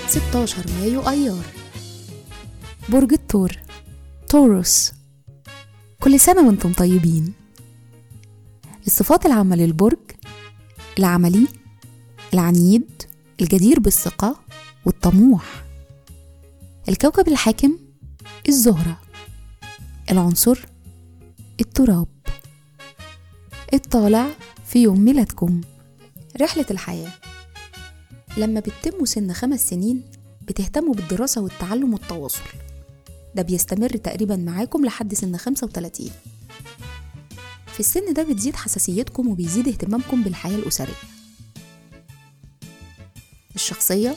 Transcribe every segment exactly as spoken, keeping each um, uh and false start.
ستة عشر مايو أيار. برج الثور، توروس. كل سنة وانتم طيبين. الصفات العامة للبرج: العملي، العنيد، الجدير بالثقة والطموح. الكوكب الحاكم الزهرة. العنصر التراب. الطالع في يوم ميلادكم. رحلة الحياة: لما بتتموا سن خمس سنين بتهتموا بالدراسة والتعلم والتواصل، ده بيستمر تقريبا معاكم لحد سن خمسة وثلاثين. في السن ده بتزيد حساسيتكم وبيزيد اهتمامكم بالحياة الأسرية. الشخصية: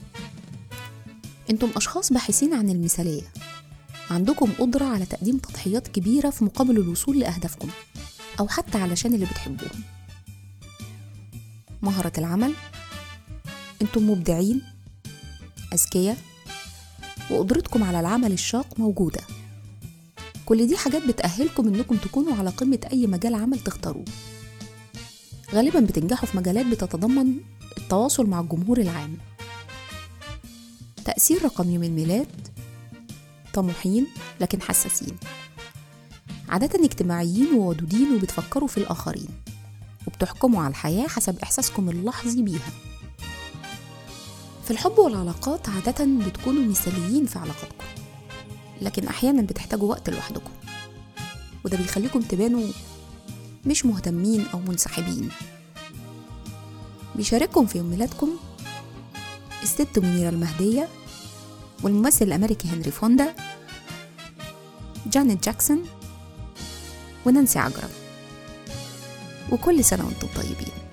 انتم أشخاص باحثين عن المثالية، عندكم قدرة على تقديم تضحيات كبيرة في مقابل الوصول لأهدافكم أو حتى علشان اللي بتحبوهم. مهارة العمل: انتم مبدعين، أذكياء، وقدرتكم على العمل الشاق موجودة. كل دي حاجات بتأهلكم انكم تكونوا على قمة أي مجال عمل تختاروه. غالبا بتنجحوا في مجالات بتتضمن التواصل مع الجمهور العام. تأثير رقم يوم الميلاد: طموحين لكن حساسين، عادة اجتماعيين وودودين وبتفكروا في الآخرين، وبتحكموا على الحياة حسب إحساسكم اللحظي بيها. في الحب والعلاقات عادة بتكونوا مثاليين في علاقاتكم، لكن أحيانا بتحتاجوا وقت لوحدكم، وده بيخليكم تبانوا مش مهتمين أو منسحبين. بيشارككم في يوم ميلادكم الست منيرة المهدية، والممثل الأمريكي هنري فوندا، جانيت جاكسون، ونانسي عجرم. وكل سنة وانتم طيبين.